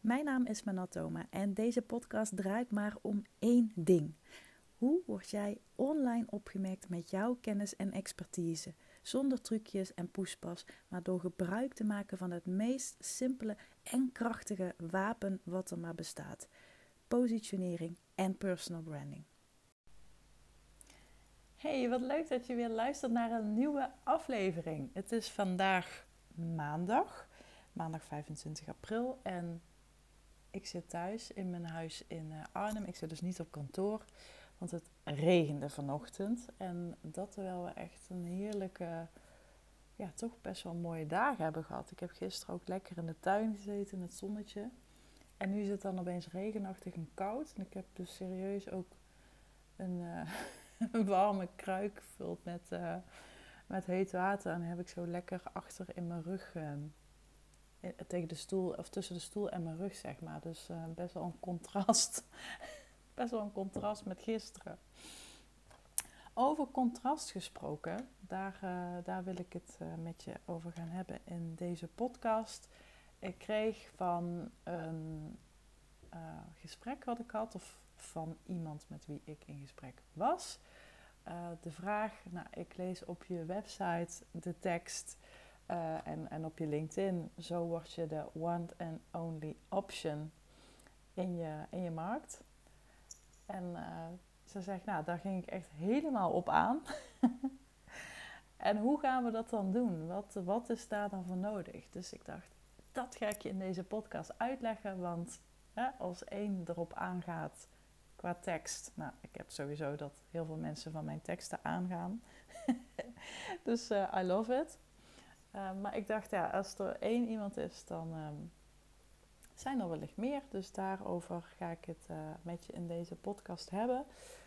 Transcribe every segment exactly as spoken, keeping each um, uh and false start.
Mijn naam is Manatoma en deze podcast draait maar om één ding. Hoe word jij online opgemerkt met jouw kennis en expertise? Zonder trucjes en poespas, maar door gebruik te maken van het meest simpele en krachtige wapen wat er maar bestaat. Positionering en personal branding. Hey, wat leuk dat je weer luistert naar een nieuwe aflevering. Het is vandaag maandag, maandag vijfentwintig april en ik zit thuis in mijn huis in Arnhem. Ik zit dus niet op kantoor, want het regende vanochtend. En dat terwijl we echt een heerlijke, ja toch best wel mooie dagen hebben gehad. Ik heb gisteren ook lekker in de tuin gezeten in het zonnetje. En nu is het dan opeens regenachtig en koud. En ik heb dus serieus ook een, uh, een warme kruik gevuld met, uh, met heet water. En dan heb ik zo lekker achter in mijn rug... Uh, tegen de stoel, of tussen de stoel en mijn rug, zeg maar. Dus uh, best wel een contrast. best wel een contrast met gisteren. Over contrast gesproken, daar, uh, daar wil ik het uh, met je over gaan hebben in deze podcast. Ik kreeg van een uh, gesprek wat ik had, of van iemand met wie ik in gesprek was. Uh, de vraag, nou, ik lees op je website de tekst... Uh, en, en op je LinkedIn, zo word je de one and only option in je, in je markt. En uh, ze zegt, nou, daar ging ik echt helemaal op aan. En hoe gaan we dat dan doen? Wat, wat is daar dan voor nodig? Dus ik dacht, dat ga ik je in deze podcast uitleggen. Want hè, als één erop aangaat qua tekst... Nou, ik heb sowieso dat heel veel mensen van mijn teksten aangaan. dus uh, I love it. Uh, maar ik dacht, ja, als er één iemand is, dan um, zijn er wellicht meer. Dus daarover ga ik het uh, met je in deze podcast hebben.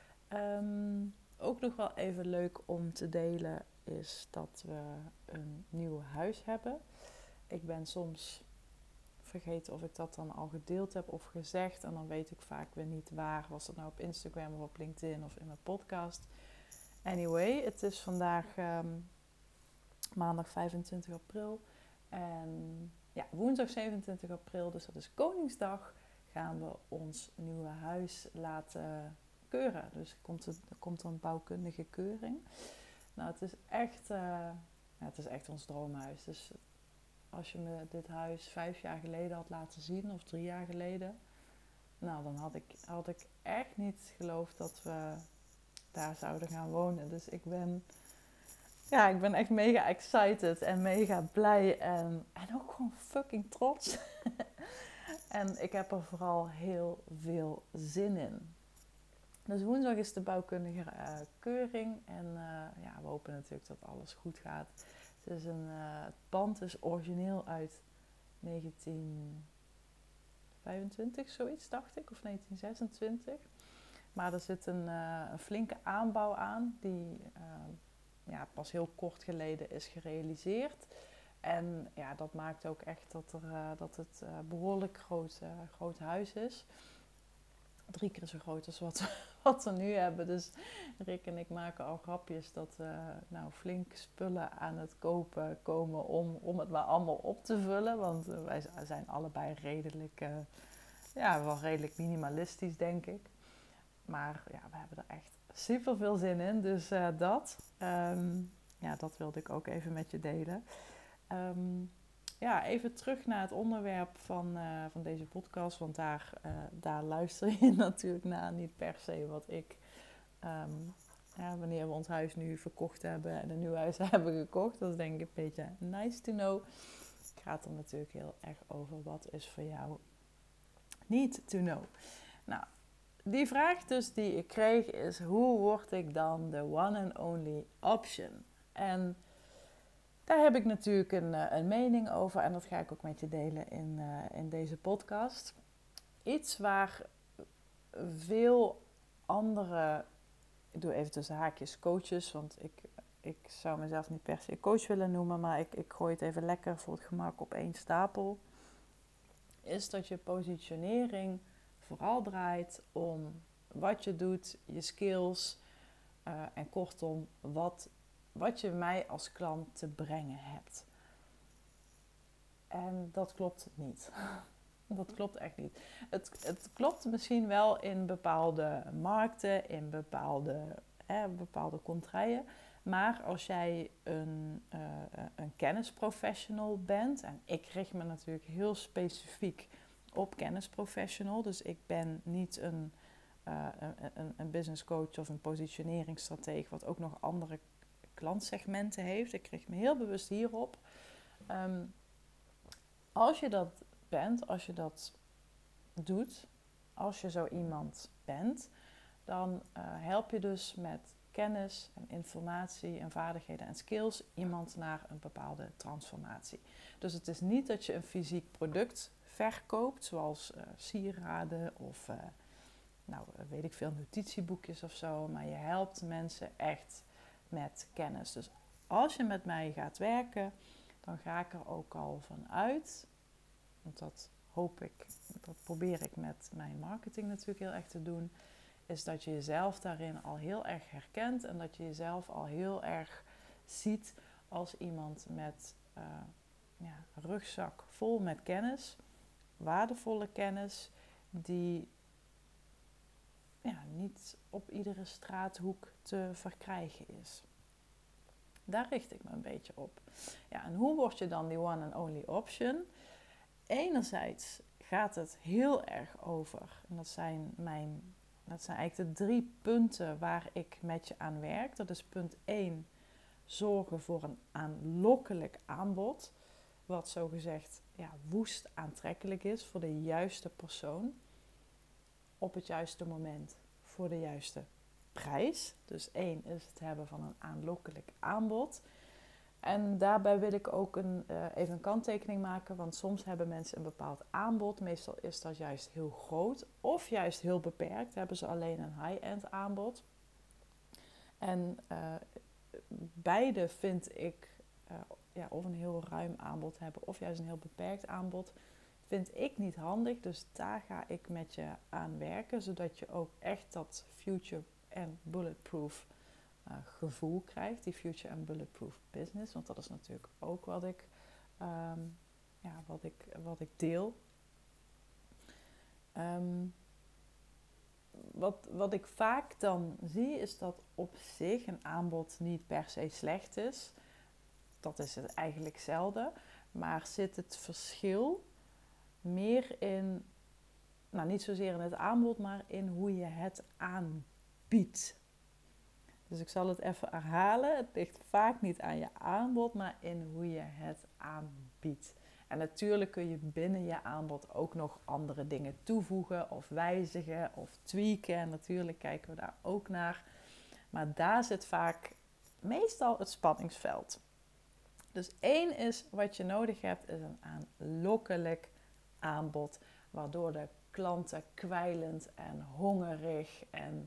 Um, ook nog wel even leuk om te delen is dat we een nieuw huis hebben. Ik ben soms vergeten of ik dat dan al gedeeld heb of gezegd. En dan weet ik vaak weer niet waar. Was het nou op Instagram of op LinkedIn of in mijn podcast. Anyway, het is vandaag... Um, maandag vijfentwintig april en ja, woensdag zevenentwintig april, dus dat is Koningsdag, gaan we ons nieuwe huis laten keuren. Dus er komt, er, er komt een bouwkundige keuring. Nou, het is echt, uh, ja, het is echt ons droomhuis. Dus als je me dit huis vijf jaar geleden had laten zien, of drie jaar geleden, nou, dan had ik, had ik echt niet geloofd dat we daar zouden gaan wonen. Dus ik ben... Ja, ik ben echt mega excited en mega blij en, en ook gewoon fucking trots. En ik heb er vooral heel veel zin in. Dus woensdag is de bouwkundige uh, keuring en uh, ja, we hopen natuurlijk dat alles goed gaat. Het, is een, uh, het pand is origineel uit negentien vijfentwintig, zoiets dacht ik, of negentien zesentwintig. Maar er zit een, uh, een flinke aanbouw aan die... Uh, Ja, pas heel kort geleden is gerealiseerd. En ja, dat maakt ook echt dat, er, uh, dat het uh, behoorlijk groot, uh, groot huis is. Drie keer zo groot als wat, wat we nu hebben. Dus Rick en ik maken al grapjes dat we nou, flink spullen aan het kopen komen om, om het maar allemaal op te vullen. Want uh, wij zijn allebei redelijk, uh, ja, wel redelijk minimalistisch, denk ik. Maar ja, we hebben er echt super veel zin in, dus uh, dat. Um, ja, dat wilde ik ook even met je delen. Um, ja, even terug naar het onderwerp van, uh, van deze podcast, want daar, uh, daar luister je natuurlijk naar, niet per se wat ik... Um, ja, wanneer we ons huis nu verkocht hebben en een nieuw huis hebben gekocht, dat is denk ik een beetje nice to know. Het gaat er natuurlijk heel erg over wat is voor jou need to know. Nou, die vraag dus die ik kreeg is, hoe word ik dan de one and only option? En daar heb ik natuurlijk een, een mening over en dat ga ik ook met je delen in, uh, in deze podcast. Iets waar veel andere, ik doe even tussen haakjes coaches, want ik, ik zou mezelf niet per se coach willen noemen, maar ik, ik gooi het even lekker voor het gemak op één stapel, is dat je positionering vooral draait om wat je doet, je skills uh, en kortom wat, wat je mij als klant te brengen hebt. En dat klopt niet. Dat klopt echt niet. Het, het klopt misschien wel in bepaalde markten, in bepaalde, hè, bepaalde contraien. Maar als jij een, uh, een kennisprofessional bent, en ik richt me natuurlijk heel specifiek op kennisprofessional. Dus ik ben niet een, uh, een, een business coach of een positioneringsstratege, wat ook nog andere klantsegmenten heeft. Ik richt me heel bewust hierop. Um, als je dat bent, als je dat doet, als je zo iemand bent, dan uh, help je dus met kennis en informatie en vaardigheden en skills iemand naar een bepaalde transformatie. Dus het is niet dat je een fysiek product verkoopt, zoals uh, sieraden of uh, nou, weet ik veel, notitieboekjes of zo, maar je helpt mensen echt met kennis. Dus als je met mij gaat werken, dan ga ik er ook al van uit, want dat hoop ik, dat probeer ik met mijn marketing natuurlijk heel erg te doen, is dat je jezelf daarin al heel erg herkent en dat je jezelf al heel erg ziet als iemand met uh, ja, een rugzak vol met kennis, waardevolle kennis, die ja, niet op iedere straathoek te verkrijgen is. Daar richt ik me een beetje op. Ja, en hoe word je dan die one and only option? Enerzijds gaat het heel erg over, en dat zijn, mijn, dat zijn eigenlijk de drie punten waar ik met je aan werk. Dat is punt één, zorgen voor een aanlokkelijk aanbod, wat zogezegd ja, woest aantrekkelijk is voor de juiste persoon, op het juiste moment, voor de juiste prijs. Dus één is het hebben van een aanlokkelijk aanbod. En daarbij wil ik ook een, uh, even een kanttekening maken, want soms hebben mensen een bepaald aanbod. Meestal is dat juist heel groot of juist heel beperkt. Hebben ze alleen een high-end aanbod. En uh, beide vind ik, uh, ja, of een heel ruim aanbod hebben of juist een heel beperkt aanbod, vind ik niet handig. Dus daar ga ik met je aan werken, zodat je ook echt dat future en bulletproof Uh, gevoel krijgt, die future and bulletproof business, want dat is natuurlijk ook wat ik, um, ja, wat ik, wat ik deel. Um, wat, wat ik vaak dan zie is dat op zich een aanbod niet per se slecht is. Dat is het eigenlijk zelden, maar zit het verschil meer in, nou niet zozeer in het aanbod, maar in hoe je het aanbiedt. Dus ik zal het even herhalen. Het ligt vaak niet aan je aanbod, maar in hoe je het aanbiedt. En natuurlijk kun je binnen je aanbod ook nog andere dingen toevoegen of wijzigen of tweaken. En natuurlijk kijken we daar ook naar. Maar daar zit vaak meestal het spanningsveld. Dus één is wat je nodig hebt, is een aanlokkelijk aanbod. Waardoor de klanten kwijlend en hongerig en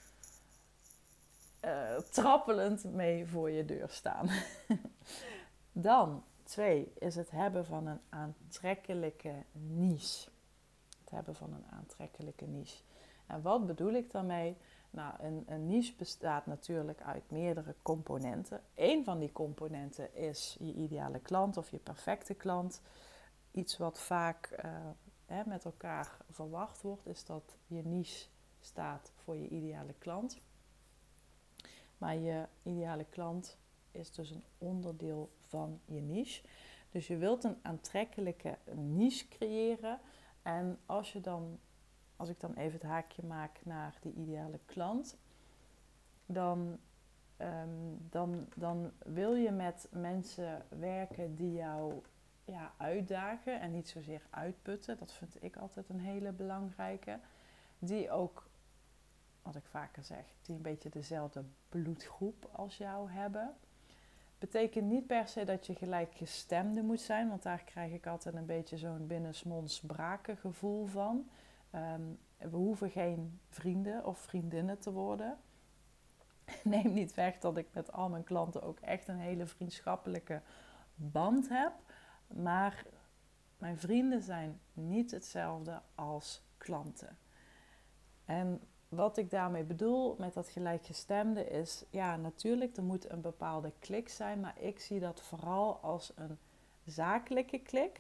Uh, trappelend mee voor je deur staan. Dan, twee, is het hebben van een aantrekkelijke niche. Het hebben van een aantrekkelijke niche. En wat bedoel ik daarmee? Nou, een, een niche bestaat natuurlijk uit meerdere componenten. Eén van die componenten is je ideale klant of je perfecte klant. Iets wat vaak uh, hè, met elkaar verwacht wordt, is dat je niche staat voor je ideale klant. Maar je ideale klant is dus een onderdeel van je niche. Dus je wilt een aantrekkelijke niche creëren. En als je dan, als ik dan even het haakje maak naar die ideale klant, dan, um, dan, dan wil je met mensen werken die jou ja, uitdagen en niet zozeer uitputten. Dat vind ik altijd een hele belangrijke. Die ook, wat ik vaker zeg, die een beetje dezelfde bloedgroep als jou hebben. Betekent niet per se dat je gelijkgestemde moet zijn, want daar krijg ik altijd een beetje zo'n binnensmonds braken gevoel van. Um, we hoeven geen vrienden of vriendinnen te worden. Neem niet weg dat ik met al mijn klanten ook echt een hele vriendschappelijke band heb. Maar mijn vrienden zijn niet hetzelfde als klanten. En wat ik daarmee bedoel met dat gelijkgestemde is, ja natuurlijk, er moet een bepaalde klik zijn, maar ik zie dat vooral als een zakelijke klik.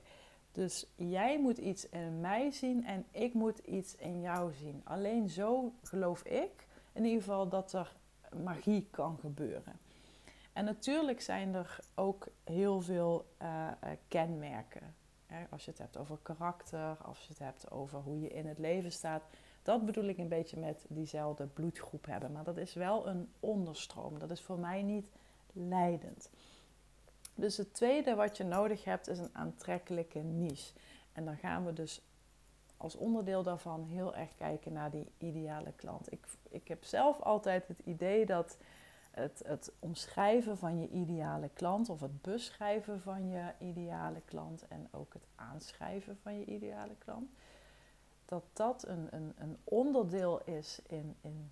Dus jij moet iets in mij zien en ik moet iets in jou zien. Alleen zo geloof ik in ieder geval dat er magie kan gebeuren. En natuurlijk zijn er ook heel veel uh, uh, kenmerken. Hè? Als je het hebt over karakter, als je het hebt over hoe je in het leven staat. Dat bedoel ik een beetje met diezelfde bloedgroep hebben. Maar dat is wel een onderstroom. Dat is voor mij niet leidend. Dus het tweede wat je nodig hebt is een aantrekkelijke niche. En dan gaan we dus als onderdeel daarvan heel erg kijken naar die ideale klant. Ik, ik heb zelf altijd het idee dat het, het omschrijven van je ideale klant of het beschrijven van je ideale klant en ook het aanschrijven van je ideale klant, dat dat een, een, een onderdeel is in, in,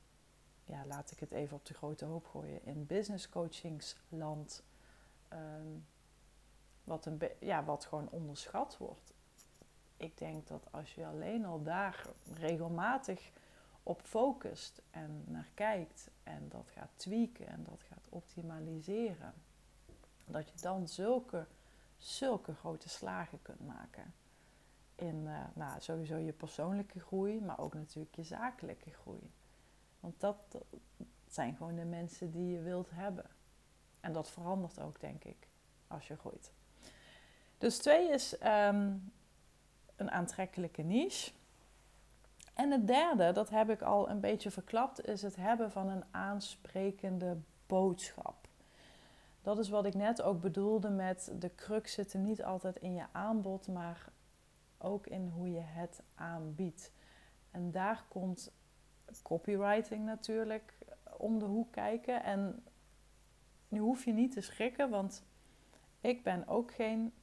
ja, laat ik het even op de grote hoop gooien, in business coachingsland, um, wat, een be- ja, wat gewoon onderschat wordt. Ik denk dat als je alleen al daar regelmatig op focust en naar kijkt en dat gaat tweaken en dat gaat optimaliseren, dat je dan zulke, zulke grote slagen kunt maken in uh, nou, sowieso je persoonlijke groei, maar ook natuurlijk je zakelijke groei. Want dat, dat zijn gewoon de mensen die je wilt hebben. En dat verandert ook, denk ik, als je groeit. Dus twee is um, een aantrekkelijke niche. En het derde, dat heb ik al een beetje verklapt, is het hebben van een aansprekende boodschap. Dat is wat ik net ook bedoelde met de crux zit niet altijd in je aanbod, maar ook in hoe je het aanbiedt. En daar komt copywriting natuurlijk om de hoek kijken. En nu hoef je niet te schrikken, want ik ben ook geen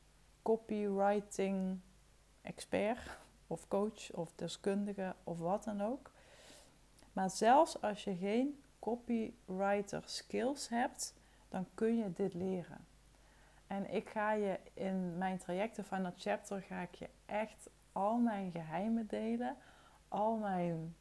copywriting expert of coach of deskundige of wat dan ook. Maar zelfs als je geen copywriter skills hebt, dan kun je dit leren. En ik ga je in mijn trajecten van dat chapter ga ik je echt al mijn geheimen delen. Al mijn,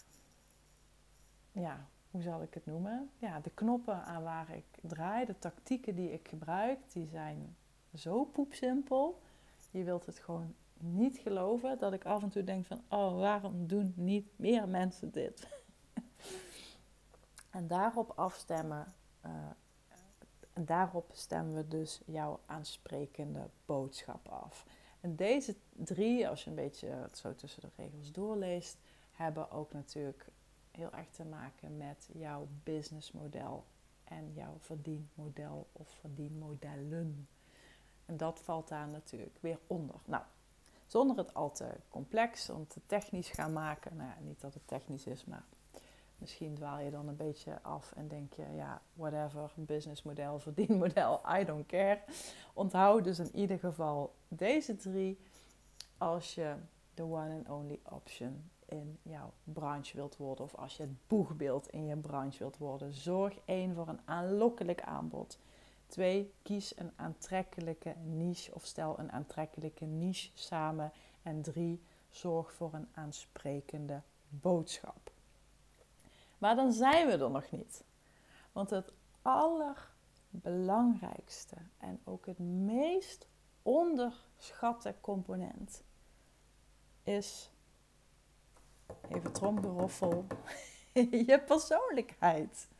ja, hoe zal ik het noemen? Ja, de knoppen aan waar ik draai, de tactieken die ik gebruik, die zijn zo poepsimpel. Je wilt het gewoon niet geloven dat ik af en toe denk van, oh, waarom doen niet meer mensen dit? En daarop afstemmen, uh, en daarop stemmen we dus jouw aansprekende boodschap af. En deze drie, als je een beetje het zo tussen de regels doorleest, hebben ook natuurlijk heel erg te maken met jouw businessmodel en jouw verdienmodel of verdienmodellen. En dat valt daar natuurlijk weer onder. Nou, zonder het al te complex om te technisch gaan maken. Nou ja, niet dat het technisch is, maar misschien dwaal je dan een beetje af en denk je, ja, whatever, businessmodel, verdienmodel, I don't care. Onthoud dus in ieder geval deze drie als je de one and only option in jouw branche wilt worden. Of als je het boegbeeld in je branche wilt worden. Zorg één voor een aanlokkelijk aanbod. Twee, kies een aantrekkelijke niche of stel een aantrekkelijke niche samen. En drie, zorg voor een aansprekende boodschap. Maar dan zijn we er nog niet. Want het allerbelangrijkste en ook het meest onderschatte component is, even tromgeroffel, je persoonlijkheid.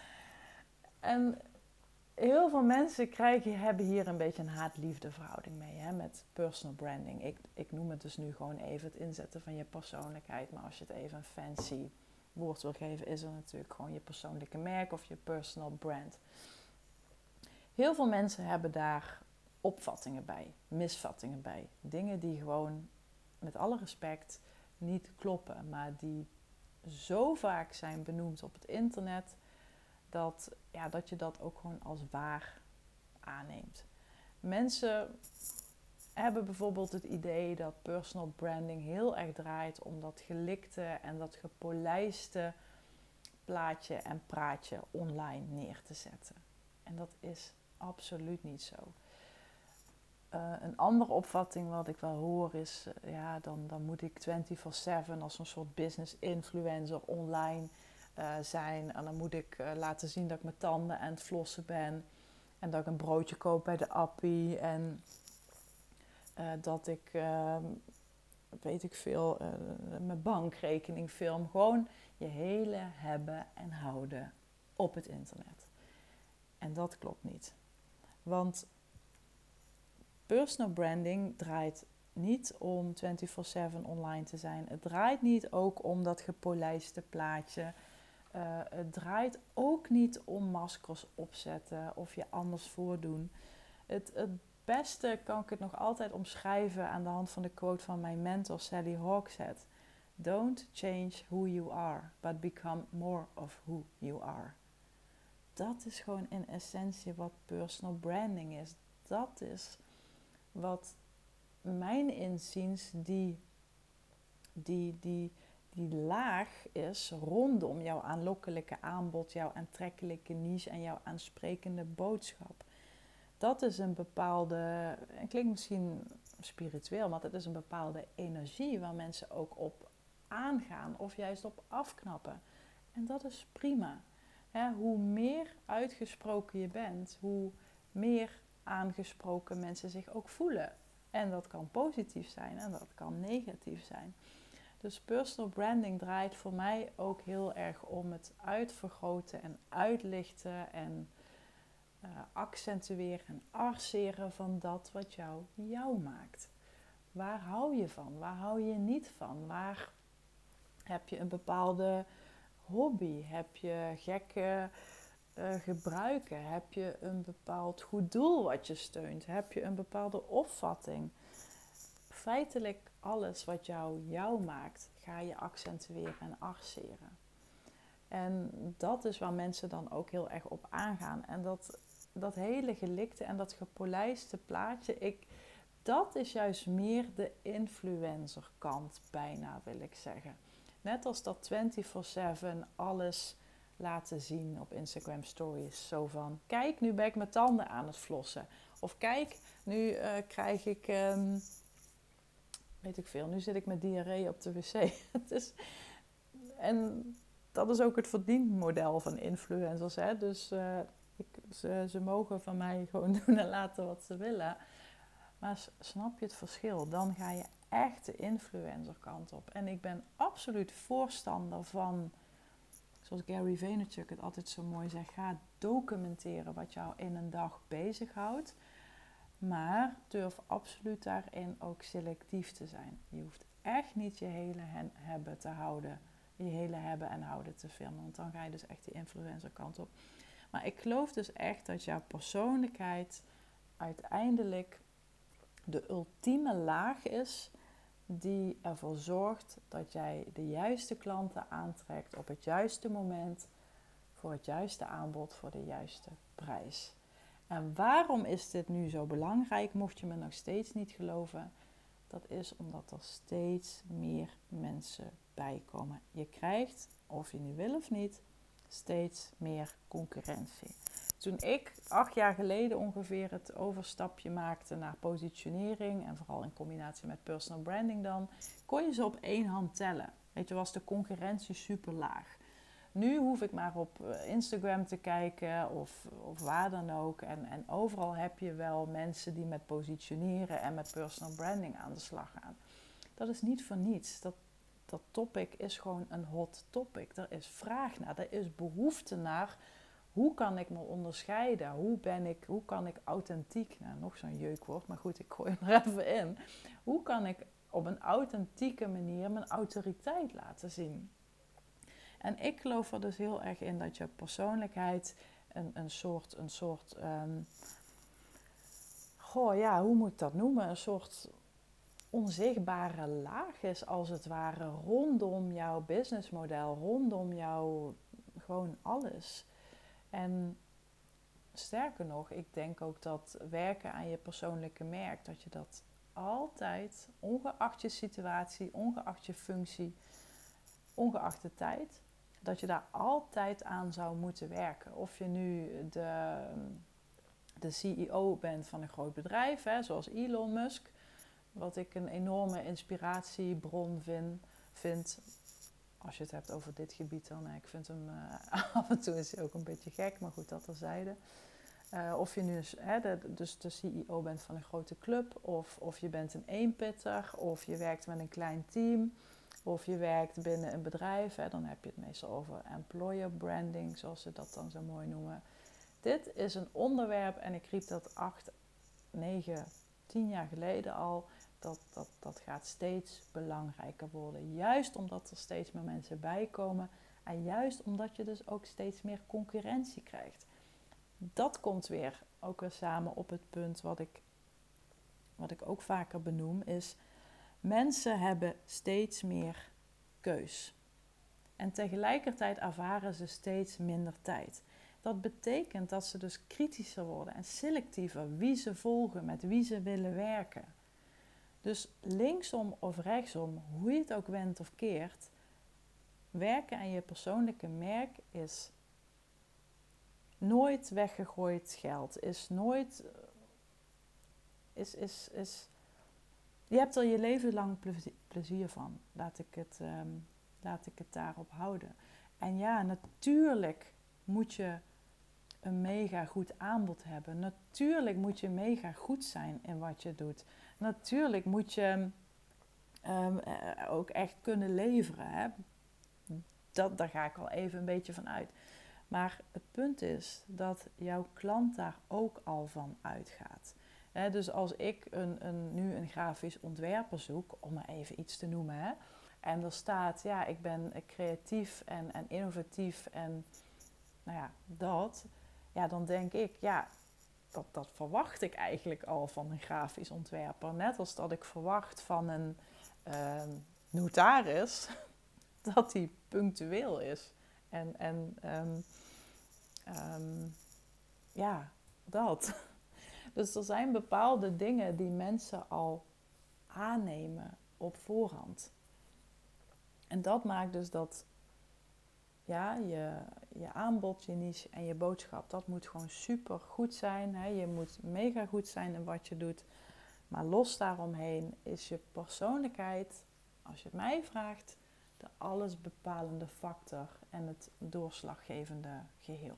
En heel veel mensen krijgen, hebben hier een beetje een haat-liefde verhouding mee, hè, met personal branding. Ik, ik noem het dus nu gewoon even het inzetten van je persoonlijkheid. Maar als je het even een fancy woord wil geven, is er natuurlijk gewoon je persoonlijke merk of je personal brand. Heel veel mensen hebben daar opvattingen bij, misvattingen bij. Dingen die gewoon, met alle respect, niet kloppen. Maar die zo vaak zijn benoemd op het internet, dat, ja, dat je dat ook gewoon als waar aanneemt. Mensen hebben bijvoorbeeld het idee dat personal branding heel erg draait om dat gelikte en dat gepolijste plaatje en praatje online neer te zetten. En dat is absoluut niet zo. Uh, een andere opvatting wat ik wel hoor is, uh, ja, dan, dan moet ik vierentwintig zeven als een soort business influencer online uh, zijn. En dan moet ik uh, laten zien dat ik mijn tanden aan het flossen ben. En dat ik een broodje koop bij de appie. En Uh, dat ik, uh, weet ik veel, uh, mijn bankrekening film. Gewoon je hele hebben en houden op het internet. En dat klopt niet. Want personal branding draait niet om vierentwintig zeven online te zijn. Het draait niet ook om dat gepolijste plaatje. Uh, het draait ook niet om maskers opzetten of je anders voordoen. Het, het beste kan ik het nog altijd omschrijven aan de hand van de quote van mijn mentor Sally Hogshead. Don't change who you are, but become more of who you are. Dat is gewoon in essentie wat personal branding is. Dat is wat mijn inziens die, die, die, die laag is rondom jouw aanlokkelijke aanbod, jouw aantrekkelijke niche en jouw aansprekende boodschap. Dat is een bepaalde, het klinkt misschien spiritueel, maar dat is een bepaalde energie waar mensen ook op aangaan of juist op afknappen. En dat is prima. He, hoe meer uitgesproken je bent, hoe meer aangesproken mensen zich ook voelen. En dat kan positief zijn en dat kan negatief zijn. Dus personal branding draait voor mij ook heel erg om het uitvergroten en uitlichten en uh, accentueren en arceren van dat wat jou jou maakt. Waar hou je van? Waar hou je niet van? Waar heb je een bepaalde hobby? Heb je gekke uh, gebruiken? Heb je een bepaald goed doel wat je steunt? Heb je een bepaalde opvatting? Feitelijk alles wat jou jou maakt, ga je accentueren en arceren. En dat is waar mensen dan ook heel erg op aangaan. En dat, dat hele gelikte en dat gepolijste plaatje, ik, dat is juist meer de influencerkant bijna, wil ik zeggen. Net als dat vierentwintig zeven alles laten zien op Instagram stories. Zo van, kijk, nu ben ik mijn tanden aan het flossen. Of kijk, nu uh, krijg ik, um, weet ik veel, nu zit ik met diarree op de wc. Het is, en dat is ook het verdienmodel van influencers. Hè? Dus uh, ik, ze, ze mogen van mij gewoon doen en laten wat ze willen. Maar snap je het verschil? Dan ga je echt de influencerkant op. En ik ben absoluut voorstander van, zoals Gary Vaynerchuk het altijd zo mooi zegt, ga documenteren wat jou in een dag bezighoudt. Maar durf absoluut daarin ook selectief te zijn. Je hoeft echt niet je hele hebben te houden, je hele hebben en houden te filmen. Want dan ga je dus echt die influencerkant op. Maar ik geloof dus echt dat jouw persoonlijkheid uiteindelijk de ultieme laag is die ervoor zorgt dat jij de juiste klanten aantrekt op het juiste moment, voor het juiste aanbod, voor de juiste prijs. En waarom is dit nu zo belangrijk, mocht je me nog steeds niet geloven? Dat is omdat er steeds meer mensen bij komen. Je krijgt, of je nu wil of niet, steeds meer concurrentie. Toen ik acht jaar geleden ongeveer het overstapje maakte naar positionering, en vooral in combinatie met personal branding dan, kon je ze op één hand tellen. Weet je, was de concurrentie super laag. Nu hoef ik maar op Instagram te kijken of, of waar dan ook. En, en overal heb je wel mensen die met positioneren en met personal branding aan de slag gaan. Dat is niet voor niets. Dat, dat topic is gewoon een hot topic. Er is vraag naar, er is behoefte naar. Hoe kan ik me onderscheiden? Hoe ben ik, hoe kan ik authentiek, nou nog zo'n jeukwoord, maar goed, ik gooi hem er even in. Hoe kan ik op een authentieke manier mijn autoriteit laten zien? En ik geloof er dus heel erg in dat je persoonlijkheid een, een soort, een soort um, goh ja, hoe moet ik dat noemen? Een soort onzichtbare laag is als het ware rondom jouw businessmodel, rondom jouw, gewoon alles. En sterker nog, ik denk ook dat werken aan je persoonlijke merk, dat je dat altijd, ongeacht je situatie, ongeacht je functie, ongeacht de tijd, dat je daar altijd aan zou moeten werken. Of je nu de, de C E O bent van een groot bedrijf, hè, zoals Elon Musk, wat ik een enorme inspiratiebron vind, vind. Als je het hebt over dit gebied dan, ik vind hem uh, af en toe is hij ook een beetje gek, maar goed, dat terzijde. Uh, of je nu hè, de, dus de C E O bent van een grote club, of, of je bent een eenpitter, of je werkt met een klein team, of je werkt binnen een bedrijf. Hè, dan heb je het meestal over employer branding, zoals ze dat dan zo mooi noemen. Dit is een onderwerp, en ik riep dat acht, negen, tien jaar geleden al, dat, dat, dat gaat steeds belangrijker worden. Juist omdat er steeds meer mensen bij komen en juist omdat je dus ook steeds meer concurrentie krijgt. Dat komt weer ook weer samen op het punt wat ik, wat ik ook vaker benoem, is mensen hebben steeds meer keus. En tegelijkertijd ervaren ze steeds minder tijd. Dat betekent dat ze dus kritischer worden en selectiever wie ze volgen, met wie ze willen werken. Dus linksom of rechtsom, hoe je het ook wendt of keert, werken aan je persoonlijke merk is nooit weggegooid geld. Is nooit... Is, is, is, je hebt er je leven lang plezier van. Laat ik het, um, laat ik het daarop houden. En ja, natuurlijk moet je een mega goed aanbod hebben. Natuurlijk moet je mega goed zijn in wat je doet. Natuurlijk moet je um, ook echt kunnen leveren. Hè? Dat, daar ga ik al even een beetje van uit. Maar het punt is dat jouw klant daar ook al van uitgaat. He, dus als ik een, een, nu een grafisch ontwerper zoek, om maar even iets te noemen, hè, en er staat, ja, ik ben creatief en, en innovatief en nou ja, dat, ja, dan denk ik, ja, dat, dat verwacht ik eigenlijk al van een grafisch ontwerper. Net als dat ik verwacht van een uh, notaris dat hij punctueel is. En, en um, um, ja, dat. Dus er zijn bepaalde dingen die mensen al aannemen op voorhand. En dat maakt dus dat ja, je, je aanbod, je niche en je boodschap, dat moet gewoon super goed zijn. Hè? Je moet mega goed zijn in wat je doet. Maar los daaromheen is je persoonlijkheid, als je het mij vraagt, de allesbepalende factor en het doorslaggevende geheel.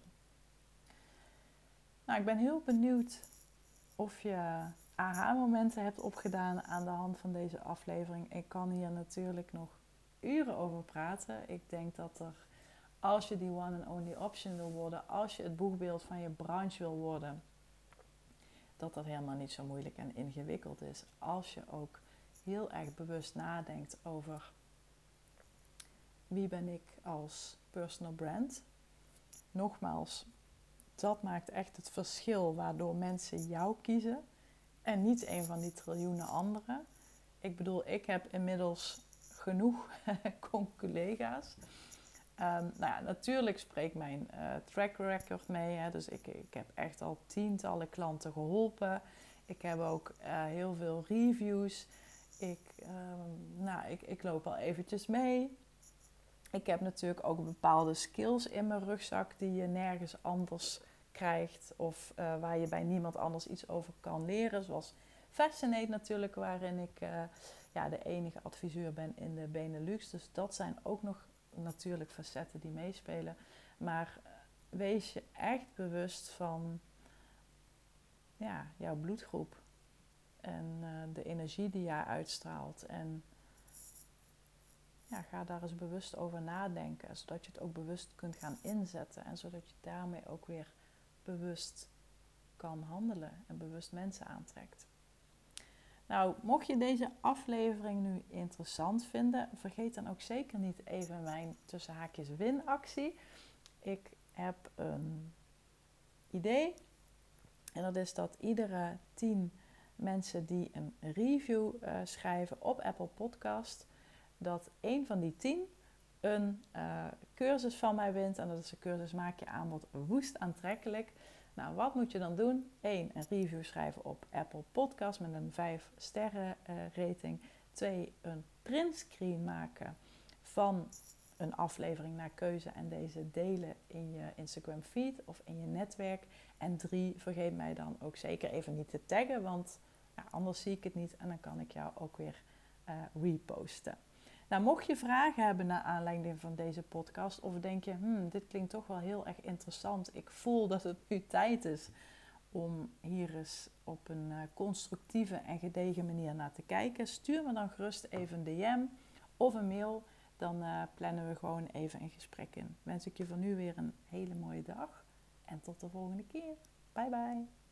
Nou, ik ben heel benieuwd of je aha-momenten hebt opgedaan aan de hand van deze aflevering. Ik kan hier natuurlijk nog uren over praten. Ik denk dat er, als je die one and only option wil worden, als je het boegbeeld van je branche wil worden, dat dat helemaal niet zo moeilijk en ingewikkeld is. Als je ook heel erg bewust nadenkt over wie ben ik als personal brand. Nogmaals, dat maakt echt het verschil waardoor mensen jou kiezen en niet een van die triljoenen anderen. Ik bedoel, ik heb inmiddels genoeg collega's. Um, nou ja, natuurlijk spreekt mijn uh, track record mee. Hè, dus ik, ik heb echt al tientallen klanten geholpen. Ik heb ook uh, heel veel reviews. Ik, um, nou, ik, ik loop al eventjes mee. Ik heb natuurlijk ook bepaalde skills in mijn rugzak die je nergens anders krijgt. Of uh, waar je bij niemand anders iets over kan leren. Zoals Fascinate natuurlijk, waarin ik uh, ja, de enige adviseur ben in de Benelux. Dus dat zijn ook nog natuurlijk facetten die meespelen. Maar wees je echt bewust van ja, jouw bloedgroep. En uh, de energie die jij uitstraalt. En ja, ga daar eens bewust over nadenken. Zodat je het ook bewust kunt gaan inzetten. En zodat je daarmee ook weer bewust kan handelen. En bewust mensen aantrekt. Nou, mocht je deze aflevering nu interessant vinden, vergeet dan ook zeker niet even mijn tussen haakjes winactie. Ik heb een idee en dat is dat iedere tien mensen die een review uh, schrijven op Apple Podcast, dat één van die tien een uh, cursus van mij wint. En dat is de cursus Maak je aanbod woest aantrekkelijk. Nou, wat moet je dan doen? Eén, een review schrijven op Apple Podcast met een vijf sterren uh, rating. Twee, een printscreen maken van een aflevering naar keuze en deze delen in je Instagram feed of in je netwerk. En drie, vergeet mij dan ook zeker even niet te taggen, want ja, anders zie ik het niet en dan kan ik jou ook weer uh, reposten. Nou, mocht je vragen hebben naar aanleiding van deze podcast of denk je, hmm, dit klinkt toch wel heel erg interessant. Ik voel dat het nu tijd is om hier eens op een uh, constructieve en gedegen manier naar te kijken, stuur me dan gerust even een D M of een mail. Dan uh, plannen we gewoon even een gesprek in. Wens ik je voor nu weer een hele mooie dag en tot de volgende keer. Bye bye.